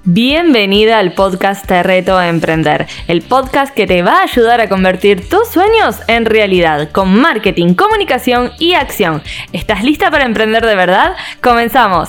Bienvenida al podcast Te Reto a Emprender, el podcast que te va a ayudar a convertir tus sueños en realidad con marketing, comunicación y acción. ¿Estás lista para emprender de verdad? ¡Comenzamos!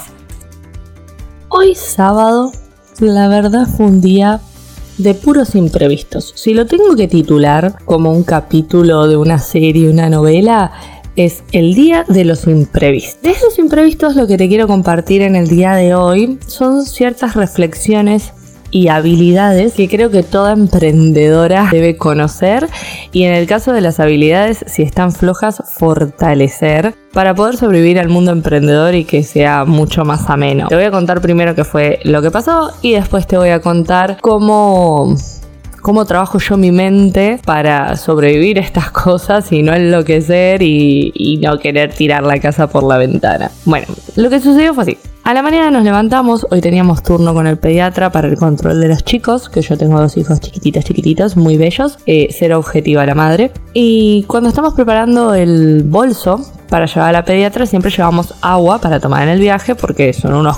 Hoy sábado, la verdad fue un día de puros imprevistos. Si lo tengo que titular como un capítulo de una serie, una novela, es el día de los imprevistos. De esos imprevistos lo que te quiero compartir en el día de hoy son ciertas reflexiones y habilidades que creo que toda emprendedora debe conocer y en el caso de las habilidades, si están flojas, fortalecer para poder sobrevivir al mundo emprendedor y que sea mucho más ameno. Te voy a contar primero qué fue lo que pasó y después te voy a contar cómo trabajo yo mi mente para sobrevivir a estas cosas y no enloquecer y no querer tirar la casa por la ventana. Bueno, lo que sucedió fue así. A la mañana nos levantamos, hoy teníamos turno con el pediatra para el control de los chicos, que yo tengo 2 hijos chiquititos, muy bellos, cero objetiva la madre. Y cuando estamos preparando el bolso para llevar a la pediatra, siempre llevamos agua para tomar en el viaje porque son unos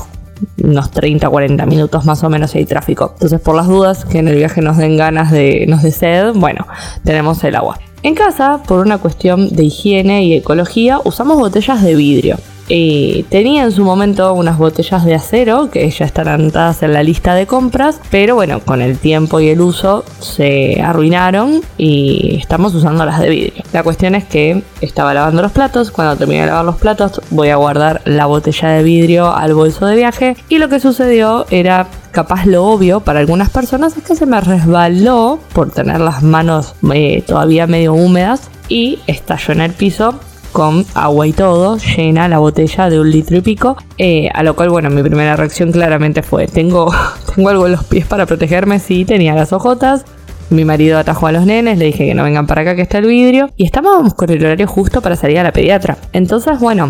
30-40 minutos más o menos si hay tráfico. Entonces, por las dudas que en el viaje nos den ganas nos dé sed, bueno, tenemos el agua. En casa, por una cuestión de higiene y ecología, usamos botellas de vidrio. Tenía en su momento unas botellas de acero que ya están anotadas en la lista de compras, pero bueno, con el tiempo y el uso se arruinaron y estamos usando las de vidrio. La cuestión es que estaba lavando los platos, cuando terminé de lavar los platos voy a guardar la botella de vidrio al bolso de viaje y lo que sucedió era capaz lo obvio para algunas personas, es que se me resbaló por tener las manos todavía medio húmedas y estalló en el piso con agua y todo, llena la botella de 1,5 litros, a lo cual, bueno, mi primera reacción claramente fue, ¿tengo algo en los pies para protegerme? Sí, tenía las ojotas. Mi marido atajó a los nenes, le dije que no vengan para acá que está el vidrio, y estábamos con el horario justo para salir a la pediatra. Entonces, bueno,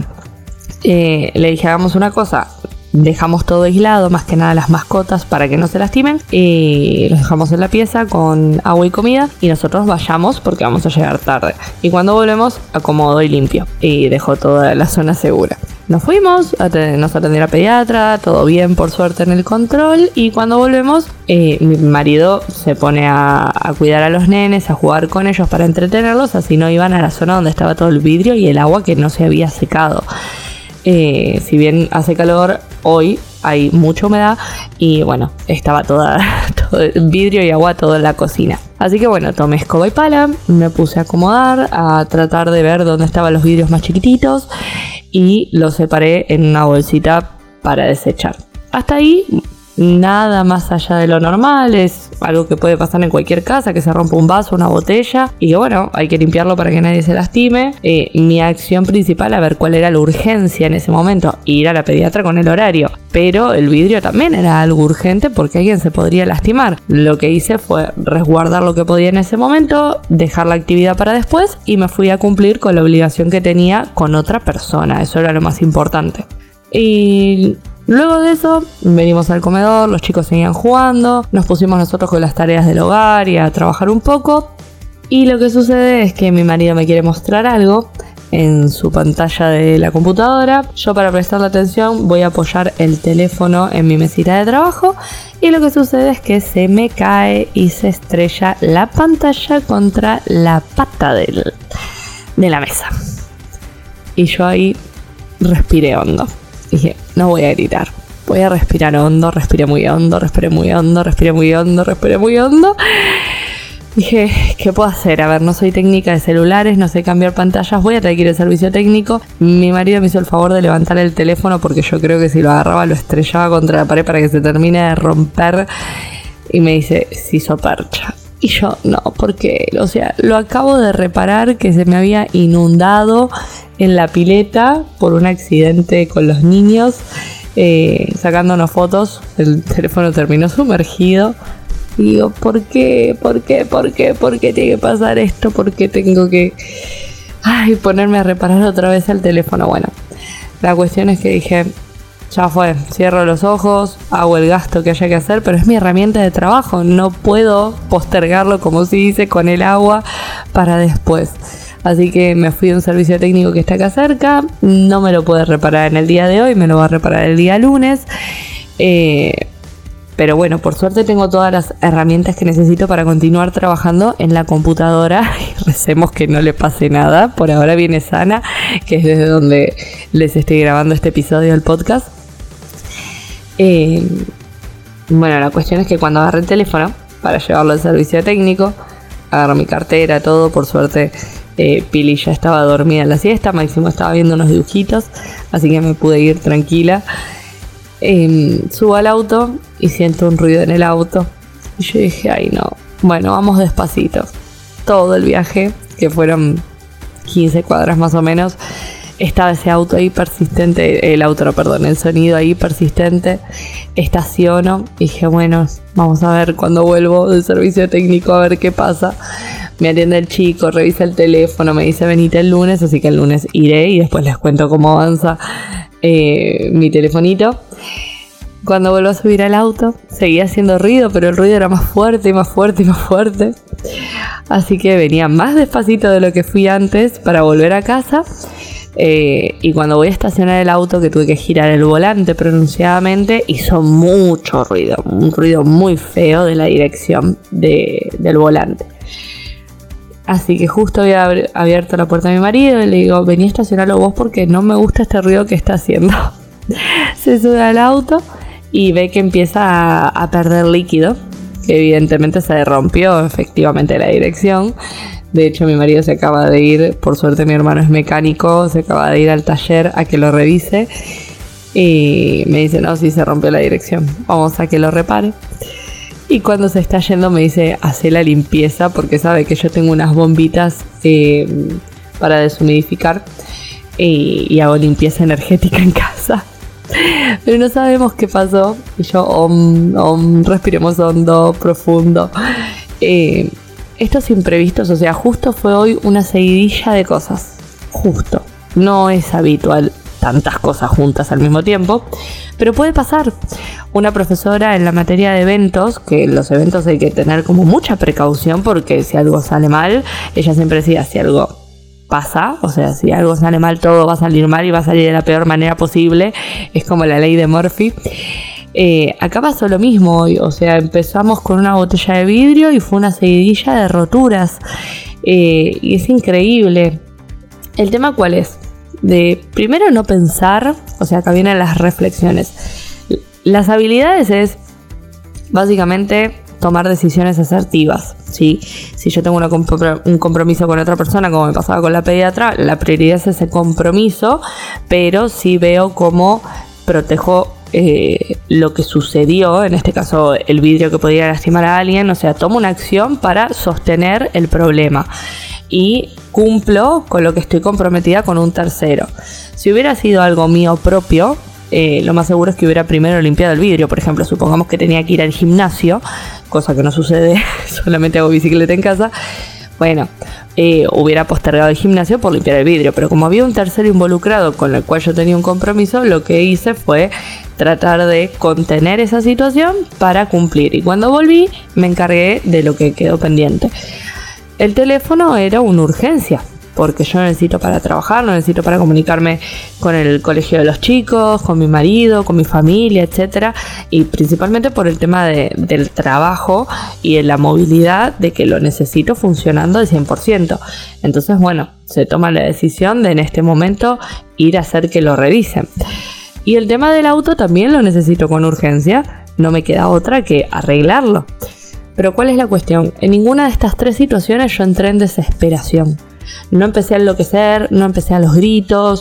le dije, hagamos una cosa, dejamos todo aislado, más que nada las mascotas para que no se lastimen, y los dejamos en la pieza con agua y comida y nosotros vayamos porque vamos a llegar tarde, y cuando volvemos acomodo y limpio y dejo toda la zona segura. Nos fuimos, nos atendió la pediatra, todo bien por suerte en el control, y cuando volvemos mi marido se pone a cuidar a los nenes, a jugar con ellos para entretenerlos, así no iban a la zona donde estaba todo el vidrio y el agua que no se había secado. Si bien hace calor, hoy hay mucha humedad y bueno, estaba todo el vidrio y agua todo en la cocina. Así que bueno, tomé escoba y pala, me puse a acomodar, a tratar de ver dónde estaban los vidrios más chiquititos y los separé en una bolsita para desechar. Hasta ahí nada más allá de lo normal, es algo que puede pasar en cualquier casa, que se rompa un vaso, una botella y que bueno, hay que limpiarlo para que nadie se lastime. Mi acción principal, a ver cuál era la urgencia en ese momento, ir a la pediatra con el horario, pero el vidrio también era algo urgente porque alguien se podría lastimar. Lo que hice fue resguardar lo que podía en ese momento, dejar la actividad para después y me fui a cumplir con la obligación que tenía con otra persona, eso era lo más importante. Y luego de eso, venimos al comedor, los chicos seguían jugando, nos pusimos nosotros con las tareas del hogar y a trabajar un poco. Y lo que sucede es que mi marido me quiere mostrar algo en su pantalla de la computadora. Yo, para prestarle atención, voy a apoyar el teléfono en mi mesita de trabajo. Y lo que sucede es que se me cae y se estrella la pantalla contra la pata de la mesa. Y yo ahí respiré hondo. Dije, no voy a gritar, voy a respirar hondo, respiré muy hondo, respiré muy hondo, respiré muy hondo, respiré muy hondo. Dije, ¿qué puedo hacer? A ver, no soy técnica de celulares, no sé cambiar pantallas, voy a tener que ir al servicio técnico. Mi marido me hizo el favor de levantar el teléfono porque yo creo que si lo agarraba lo estrellaba contra la pared para que se termine de romper. Y me dice, se hizo percha. Y yo, no, porque, o sea, lo acabo de reparar que se me había inundado en la pileta por un accidente con los niños, sacándonos fotos, el teléfono terminó sumergido. Y digo, ¿por qué tiene que pasar esto? ¿Por qué tengo que ponerme a reparar otra vez el teléfono? Bueno, la cuestión es que dije, ya fue, cierro los ojos, hago el gasto que haya que hacer, pero es mi herramienta de trabajo, no puedo postergarlo como se dice con el agua para después. Así que me fui a un servicio técnico que está acá cerca, no me lo puede reparar en el día de hoy, me lo va a reparar el día lunes. Pero bueno, por suerte tengo todas las herramientas que necesito para continuar trabajando en la computadora y recemos que no le pase nada. Por ahora viene sana, que es desde donde les estoy grabando este episodio del podcast. Bueno, la cuestión es que cuando agarré el teléfono para llevarlo al servicio técnico, agarro mi cartera, todo, por suerte Pili ya estaba dormida en la siesta, Máximo estaba viendo unos dibujitos, así que me pude ir tranquila. Subo al auto y siento un ruido en el auto y yo dije, ay no, bueno, vamos despacito. Todo el viaje, que fueron 15 cuadras más o menos, estaba ese auto ahí persistente, el sonido ahí persistente. Estaciono y dije, bueno, vamos a ver cuando vuelvo del servicio técnico a ver qué pasa. Me atiende el chico, revisa el teléfono, me dice venite el lunes, así que el lunes iré y después les cuento cómo avanza mi telefonito. Cuando vuelvo a subir al auto, seguía haciendo ruido, pero el ruido era más fuerte y más fuerte y más fuerte. Así que venía más despacito de lo que fui antes para volver a casa. Y cuando voy a estacionar el auto, que tuve que girar el volante pronunciadamente, hizo mucho ruido, un ruido muy feo de la dirección del volante. Así que justo había abierto la puerta a mi marido y le digo, vení a estacionarlo vos porque no me gusta este ruido que está haciendo. Se sube al auto y ve que empieza a perder líquido, que evidentemente se rompió efectivamente la dirección. De hecho, mi marido se acaba de ir, por suerte mi hermano es mecánico, se acaba de ir al taller a que lo revise y me dice, no, sí se rompió la dirección, vamos a que lo repare. Y cuando se está yendo me dice, hacé la limpieza, porque sabe que yo tengo unas bombitas para deshumidificar y hago limpieza energética en casa. Pero no sabemos qué pasó. Y yo, respiremos hondo, profundo. Estos imprevistos, o sea, justo fue hoy una seguidilla de cosas. Justo. No es habitual tantas cosas juntas al mismo tiempo, pero puede pasar. Una profesora en la materia de eventos, que en los eventos hay que tener como mucha precaución porque si algo sale mal, ella siempre decía, si algo pasa, o sea, si algo sale mal, todo va a salir mal y va a salir de la peor manera posible, es como la ley de Murphy. Acá pasó lo mismo hoy, o sea, empezamos con una botella de vidrio y fue una seguidilla de roturas, y es increíble. ¿El tema cuál es? De primero no pensar, o sea, acá vienen las reflexiones. Las habilidades es básicamente tomar decisiones asertivas, ¿sí? Si yo tengo un compromiso con otra persona, como me pasaba con la pediatra, la prioridad es ese compromiso, pero sí veo cómo protejo lo que sucedió, en este caso el vidrio que podía lastimar a alguien, o sea, tomo una acción para sostener el problema y cumplo con lo que estoy comprometida con un tercero. Si hubiera sido algo mío propio, lo más seguro es que hubiera primero limpiado el vidrio. Por ejemplo, supongamos que tenía que ir al gimnasio, cosa que no sucede, solamente hago bicicleta en casa. Bueno, hubiera postergado el gimnasio por limpiar el vidrio, pero como había un tercero involucrado con el cual yo tenía un compromiso, lo que hice fue tratar de contener esa situación para cumplir. Y cuando volví, me encargué de lo que quedó pendiente. El teléfono era una urgencia, porque yo lo necesito para trabajar, lo necesito para comunicarme con el colegio de los chicos, con mi marido, con mi familia, etc. Y principalmente por el tema del trabajo y de la movilidad, de que lo necesito funcionando al 100%. Entonces, bueno, se toma la decisión de en este momento ir a hacer que lo revisen. Y el tema del auto también lo necesito con urgencia, no me queda otra que arreglarlo. Pero ¿cuál es la cuestión? En ninguna de estas tres situaciones yo entré en desesperación. No empecé a enloquecer, no empecé a los gritos,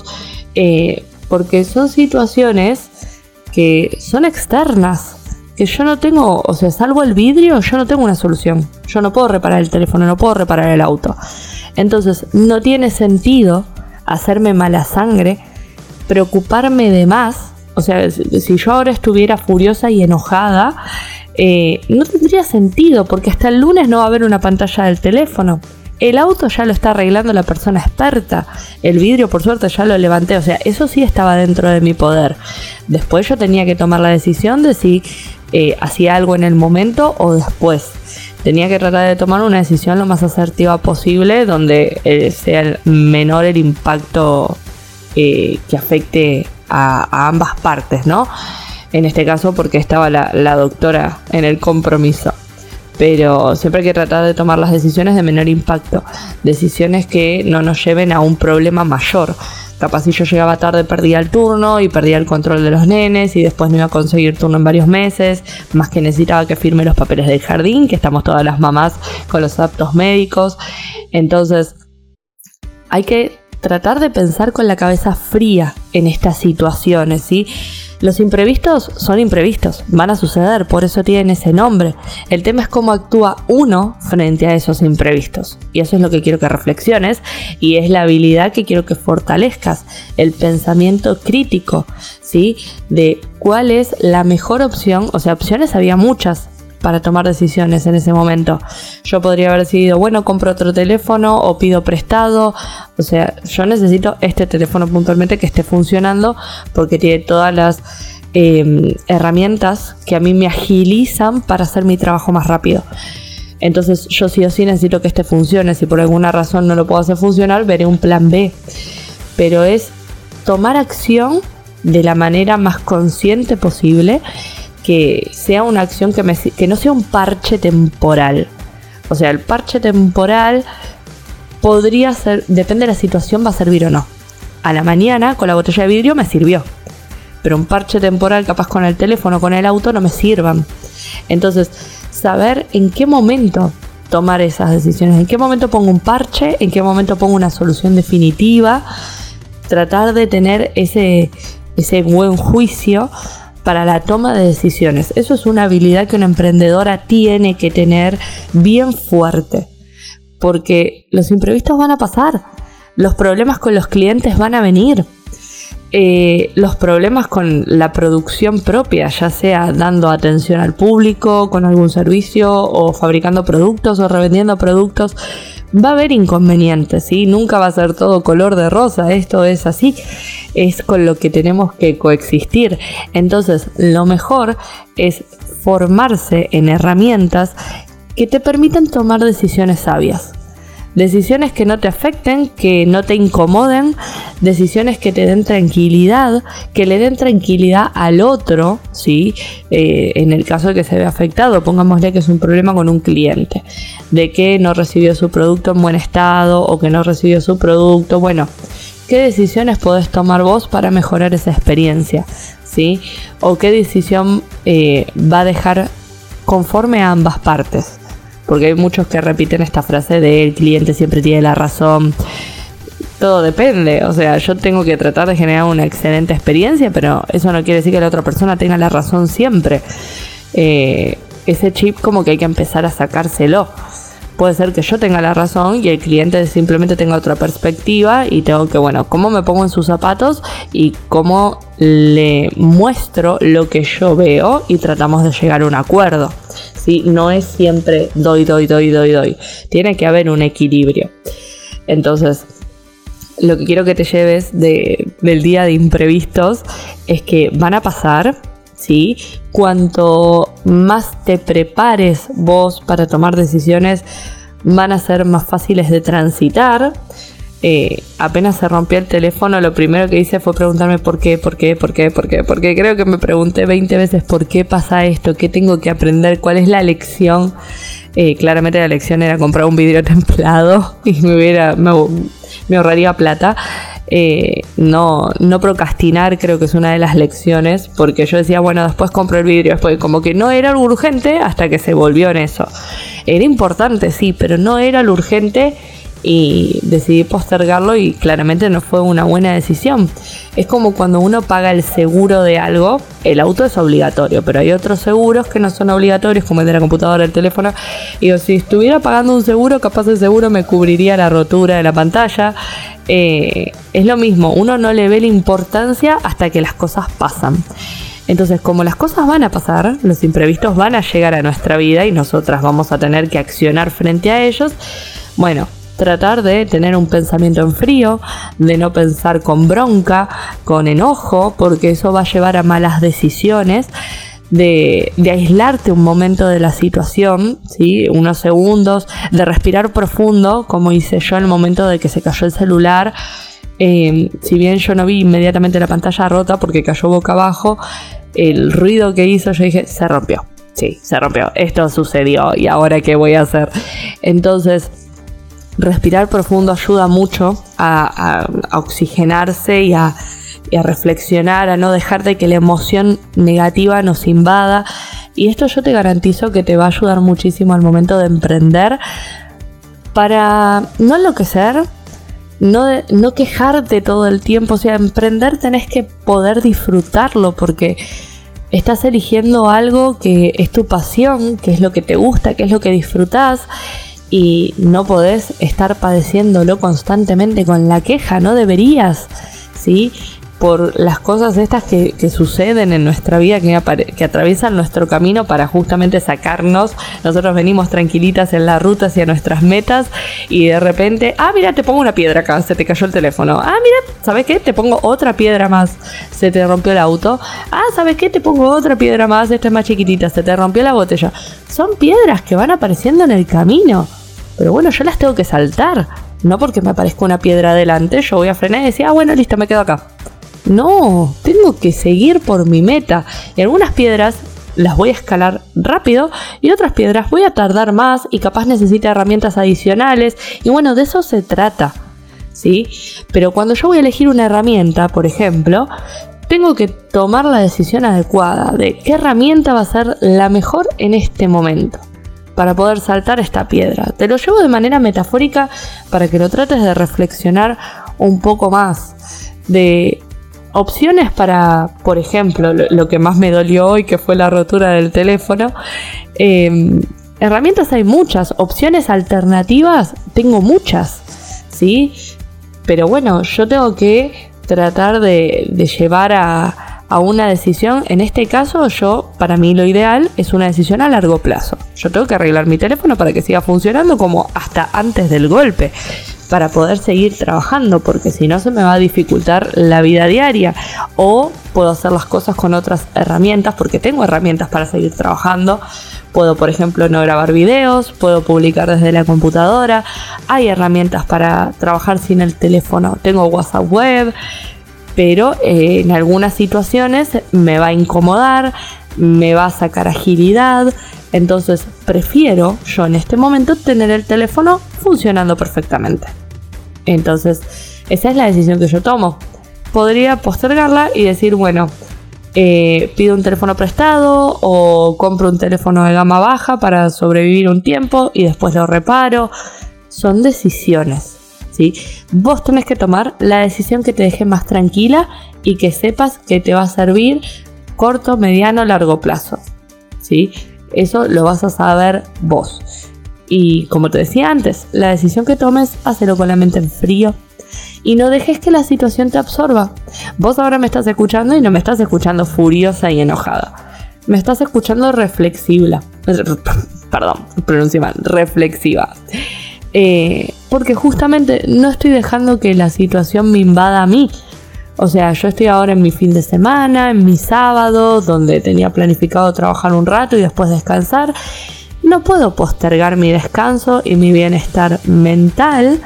porque son situaciones que son externas, que yo no tengo, o sea, salvo el vidrio, yo no tengo una solución. Yo no puedo reparar el teléfono, no puedo reparar el auto. Entonces, no tiene sentido hacerme mala sangre, preocuparme de más. O sea, si yo ahora estuviera furiosa y enojada, no tendría sentido, porque hasta el lunes no va a haber una pantalla del teléfono. El auto ya lo está arreglando la persona experta. El vidrio, por suerte, ya lo levanté. O sea, eso sí estaba dentro de mi poder. Después yo tenía que tomar la decisión de si hacía algo en el momento o después. Tenía que tratar de tomar una decisión lo más asertiva posible, donde sea menor el impacto que afecte a ambas partes, ¿no? En este caso porque estaba la doctora en el compromiso. Pero siempre hay que tratar de tomar las decisiones de menor impacto, decisiones que no nos lleven a un problema mayor. Capaz si yo llegaba tarde perdía el turno y perdía el control de los nenes y después no iba a conseguir turno en varios meses, más que necesitaba que firme los papeles del jardín, que estamos todas las mamás con los actos médicos. Entonces hay que tratar de pensar con la cabeza fría en estas situaciones, ¿sí? Los imprevistos son imprevistos, van a suceder, por eso tienen ese nombre. El tema es cómo actúa uno frente a esos imprevistos. Y eso es lo que quiero que reflexiones y es la habilidad que quiero que fortalezcas, el pensamiento crítico, ¿sí? De cuál es la mejor opción, o sea, opciones había muchas para tomar decisiones en ese momento. Yo podría haber decidido, bueno, compro otro teléfono o pido prestado. O sea, yo necesito este teléfono puntualmente que esté funcionando porque tiene todas las herramientas que a mí me agilizan para hacer mi trabajo más rápido. Entonces yo sí o sí necesito que este funcione. Si por alguna razón no lo puedo hacer funcionar, veré un plan B. Pero es tomar acción de la manera más consciente posible, que sea una acción que no sea un parche temporal. O sea, el parche temporal podría ser, depende de la situación, va a servir o no. A la mañana con la botella de vidrio me sirvió, pero un parche temporal capaz con el teléfono, con el auto, no me sirvan. Entonces, saber en qué momento tomar esas decisiones, en qué momento pongo un parche, en qué momento pongo una solución definitiva, tratar de tener ese buen juicio para la toma de decisiones. Eso es una habilidad que una emprendedora tiene que tener bien fuerte, porque los imprevistos van a pasar, los problemas con los clientes van a venir, los problemas con la producción propia, ya sea dando atención al público, con algún servicio, o fabricando productos o revendiendo productos. Va a haber inconvenientes, ¿sí? Nunca va a ser todo color de rosa, esto es así, es con lo que tenemos que coexistir. Entonces, lo mejor es formarse en herramientas que te permitan tomar decisiones sabias. Decisiones que no te afecten, que no te incomoden, decisiones que te den tranquilidad, que le den tranquilidad al otro, ¿sí? En el caso de que se vea afectado, pongámosle que es un problema con un cliente, de que no recibió su producto en buen estado o que no recibió su producto. Bueno, ¿qué decisiones podés tomar vos para mejorar esa experiencia? ¿Sí? ¿O qué decisión va a dejar conforme a ambas partes? Porque hay muchos que repiten esta frase de el cliente siempre tiene la razón. Todo depende, o sea, yo tengo que tratar de generar una excelente experiencia, pero eso no quiere decir que la otra persona tenga la razón siempre. Ese chip como que hay que empezar a sacárselo. Puede ser que yo tenga la razón y el cliente simplemente tenga otra perspectiva y tengo que, bueno, cómo me pongo en sus zapatos y cómo le muestro lo que yo veo y tratamos de llegar a un acuerdo. ¿Sí? No es siempre doy. Tiene que haber un equilibrio. Entonces, lo que quiero que te lleves del día de imprevistos es que van a pasar, ¿sí? Cuanto más te prepares vos para tomar decisiones, van a ser más fáciles de transitar. Apenas se rompió el teléfono, lo primero que hice fue preguntarme por qué, porque creo que me pregunté 20 veces por qué pasa esto, qué tengo que aprender, cuál es la lección. Claramente la lección era comprar un vidrio templado y me ahorraría plata. No procrastinar creo que es una de las lecciones, porque yo decía, bueno, después compro el vidrio, después como que no era algo urgente hasta que se volvió en eso. Era importante, sí, pero no era lo urgente y decidí postergarlo y claramente no fue una buena decisión. Es como cuando uno paga el seguro de algo, el auto es obligatorio, pero hay otros seguros que no son obligatorios, como el de la computadora, el teléfono. Y si estuviera pagando un seguro, capaz el seguro me cubriría la rotura de la pantalla. Es lo mismo, uno no le ve la importancia hasta que las cosas pasan. Entonces, como las cosas van a pasar, los imprevistos van a llegar a nuestra vida y nosotras vamos a tener que accionar frente a ellos. Bueno, tratar de tener un pensamiento en frío, de no pensar con bronca, con enojo, porque eso va a llevar a malas decisiones, de aislarte un momento de la situación, ¿sí? Unos segundos, de respirar profundo, como hice yo en el momento de que se cayó el celular. Si bien yo no vi inmediatamente la pantalla rota porque cayó boca abajo, el ruido que hizo, yo dije, se rompió. Sí, se rompió. Esto sucedió y ahora ¿qué voy a hacer? Entonces, respirar profundo ayuda mucho a oxigenarse y a reflexionar, a no dejar de que la emoción negativa nos invada. Y esto yo te garantizo que te va a ayudar muchísimo al momento de emprender, para no enloquecer, no quejarte todo el tiempo. O sea, emprender tenés que poder disfrutarlo, porque estás eligiendo algo que es tu pasión, que es lo que te gusta, que es lo que disfrutás, y no podés estar padeciéndolo constantemente con la queja. No deberías, ¿sí? Por las cosas estas que suceden en nuestra vida, que atraviesan nuestro camino para justamente sacarnos. Nosotros venimos tranquilitas en la ruta hacia nuestras metas y de repente, mira, te pongo una piedra acá, se te cayó el teléfono. Mira, ¿sabes qué? Te pongo otra piedra más, se te rompió el auto. ¿Sabes qué? Te pongo otra piedra más, esta es más chiquitita, se te rompió la botella. Son piedras que van apareciendo en el camino, pero bueno, yo las tengo que saltar. No porque me aparezca una piedra adelante, yo voy a frenar y decir, bueno, listo, me quedo acá. No, tengo que seguir por mi meta. Y algunas piedras las voy a escalar rápido y otras piedras voy a tardar más y capaz necesite herramientas adicionales. Y bueno, de eso se trata, ¿sí? Pero cuando yo voy a elegir una herramienta, por ejemplo, tengo que tomar la decisión adecuada de qué herramienta va a ser la mejor en este momento para poder saltar esta piedra. Te lo llevo de manera metafórica para que lo trates de reflexionar un poco más. De opciones para, por ejemplo, lo que más me dolió hoy, que fue la rotura del teléfono. Herramientas hay muchas, opciones alternativas tengo muchas, ¿sí? Pero bueno, yo tengo que tratar de llevar a una decisión. En este caso, para mí lo ideal es una decisión a largo plazo. Yo tengo que arreglar mi teléfono para que siga funcionando como hasta antes del golpe, para poder seguir trabajando, porque si no se me va a dificultar la vida diaria. O puedo hacer las cosas con otras herramientas, porque tengo herramientas para seguir trabajando. Puedo, por ejemplo, no grabar videos, puedo publicar desde la computadora. Hay herramientas para trabajar sin el teléfono. Tengo WhatsApp web, pero en algunas situaciones me va a incomodar, me va a sacar agilidad. Entonces prefiero yo en este momento tener el teléfono funcionando perfectamente. Entonces esa es la decisión que yo tomo. Podría postergarla y decir, bueno, pido un teléfono prestado o compro un teléfono de gama baja para sobrevivir un tiempo y después lo reparo. Son decisiones, ¿sí? Vos tenés que tomar la decisión que te deje más tranquila y que sepas que te va a servir corto, mediano, largo plazo, ¿sí? Eso lo vas a saber vos. Y como te decía antes, la decisión que tomes, hacelo con la mente en frío y no dejes que la situación te absorba. Vos ahora me estás escuchando y no me estás escuchando furiosa y enojada. Me estás escuchando reflexiva. Perdón, pronuncié mal. Reflexiva. Porque justamente no estoy dejando que la situación me invada a mí. O sea, yo estoy ahora en mi fin de semana, en mi sábado, donde tenía planificado trabajar un rato y después descansar. No puedo postergar mi descanso y mi bienestar mental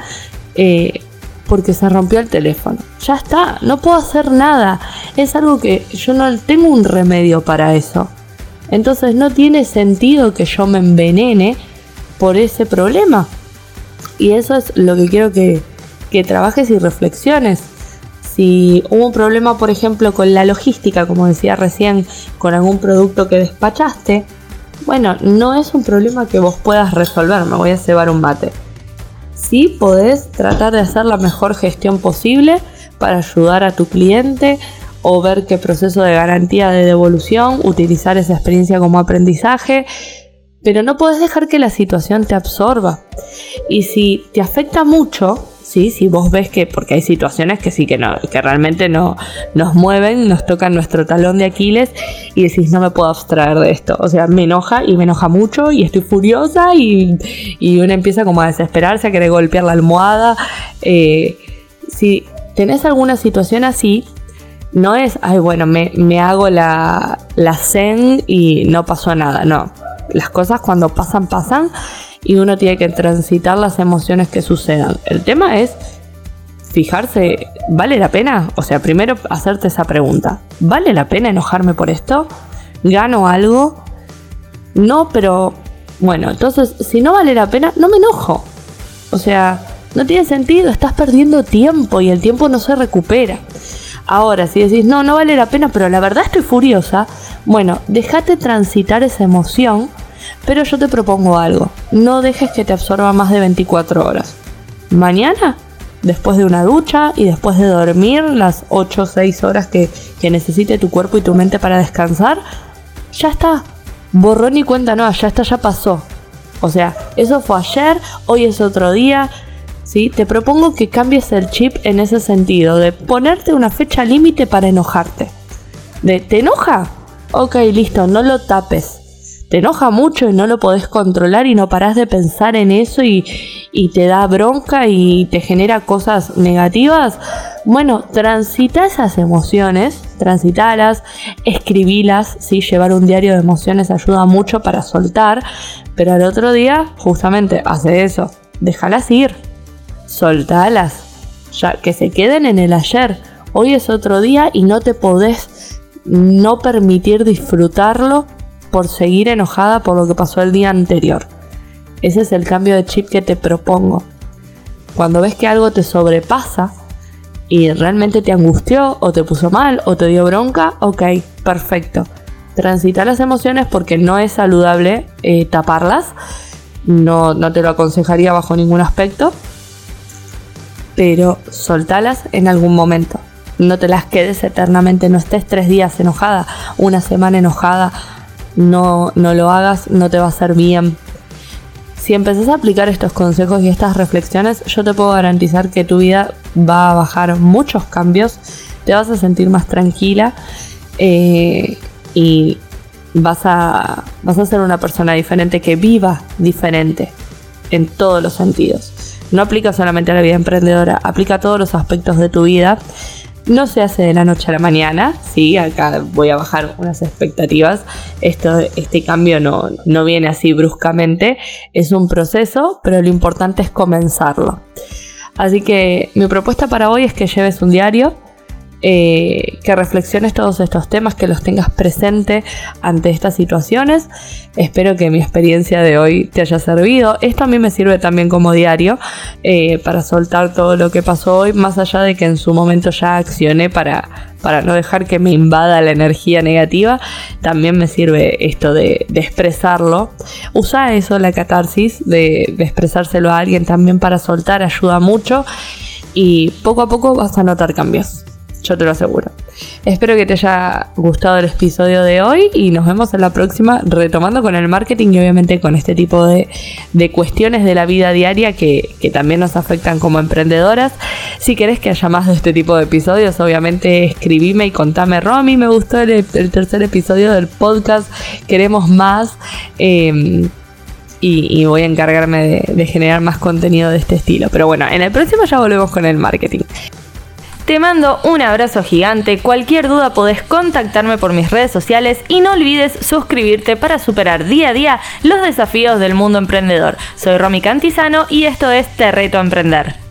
porque se rompió el teléfono. Ya está, no puedo hacer nada. Es algo que yo no tengo un remedio para eso. Entonces no tiene sentido que yo me envenene por ese problema. Y eso es lo que quiero que trabajes y reflexiones. Si hubo un problema, por ejemplo, con la logística, como decía recién, con algún producto que despachaste, bueno, no es un problema que vos puedas resolver. Me voy a cebar un mate. Sí podés tratar de hacer la mejor gestión posible para ayudar a tu cliente o ver qué proceso de garantía de devolución, utilizar esa experiencia como aprendizaje, pero no podés dejar que la situación te absorba. Y si te afecta mucho, ¿sí? Si vos ves que, porque hay situaciones que sí que realmente no nos mueven, nos tocan nuestro talón de Aquiles y decís, no me puedo abstraer de esto. O sea, me enoja y me enoja mucho y estoy furiosa y uno empieza como a desesperarse, a querer golpear la almohada. Si tenés alguna situación así, no es, bueno, me hago la zen y no pasó nada. No, las cosas cuando pasan y uno tiene que transitar las emociones que sucedan. El tema es fijarse, ¿vale la pena? O sea, primero hacerte esa pregunta. ¿Vale la pena enojarme por esto? ¿Gano algo? No, pero bueno, entonces si no vale la pena, no me enojo. O sea, no tiene sentido, estás perdiendo tiempo y el tiempo no se recupera. Ahora, si decís, no vale la pena, pero la verdad estoy furiosa, bueno, déjate transitar esa emoción, pero yo te propongo algo. No dejes que te absorba más de 24 horas. Mañana, después de una ducha y después de dormir las 8 o 6 horas que necesite tu cuerpo y tu mente para descansar, ya está. Borrón y cuenta nueva, ya está, ya pasó. O sea, eso fue ayer, hoy es otro día. ¿Sí? Te propongo que cambies el chip en ese sentido, de ponerte una fecha límite para enojarte. ¿Te enoja? Ok, listo, no lo tapes. ¿Te enoja mucho y no lo podés controlar y no parás de pensar en eso y te da bronca y te genera cosas negativas? Bueno, transita esas emociones, transitalas, escribilas, ¿sí? Llevar un diario de emociones ayuda mucho para soltar, pero al otro día, justamente, hace eso, déjalas ir. Soltalas, ya que se queden en el ayer. Hoy es otro día y no te podés no permitir disfrutarlo por seguir enojada por lo que pasó el día anterior. Ese es el cambio de chip que te propongo. Cuando ves que algo te sobrepasa y realmente te angustió o te puso mal o te dio bronca, ok, perfecto. Transita las emociones porque no es saludable taparlas. No te lo aconsejaría bajo ningún aspecto. Pero soltalas en algún momento. No te las quedes eternamente, no estés 3 días enojada, una semana enojada. No lo hagas, no te va a hacer bien. Si empezás a aplicar estos consejos y estas reflexiones, yo te puedo garantizar que tu vida va a bajar muchos cambios, te vas a sentir más tranquila y vas a ser una persona diferente, que viva diferente en todos los sentidos. No aplica solamente a la vida emprendedora, aplica a todos los aspectos de tu vida. No se hace de la noche a la mañana, sí, acá voy a bajar unas expectativas. Este cambio no viene así bruscamente, es un proceso, pero lo importante es comenzarlo. Así que mi propuesta para hoy es que lleves un diario, que reflexiones todos estos temas, que los tengas presente ante estas situaciones. Espero que mi experiencia de hoy te haya servido. Esto a mí me sirve también como diario para soltar todo lo que pasó hoy, más allá de que en su momento ya accioné para no dejar que me invada la energía negativa. También me sirve esto de expresarlo. Usa eso, la catarsis de expresárselo a alguien también para soltar, ayuda mucho y poco a poco vas a notar cambios. Yo te lo aseguro. Espero que te haya gustado el episodio de hoy y nos vemos en la próxima, retomando con el marketing y obviamente con este tipo de cuestiones de la vida diaria que también nos afectan como emprendedoras. Si querés que haya más de este tipo de episodios, obviamente escribime y contame: Romy, me gustó el tercer episodio del podcast, queremos más. Y voy a encargarme de generar más contenido de este estilo. Pero bueno, en el próximo ya volvemos con el marketing. Te mando un abrazo gigante. Cualquier duda podés contactarme por mis redes sociales y no olvides suscribirte para superar día a día los desafíos del mundo emprendedor. Soy Romy Cantizano y esto es Te Reto a Emprender.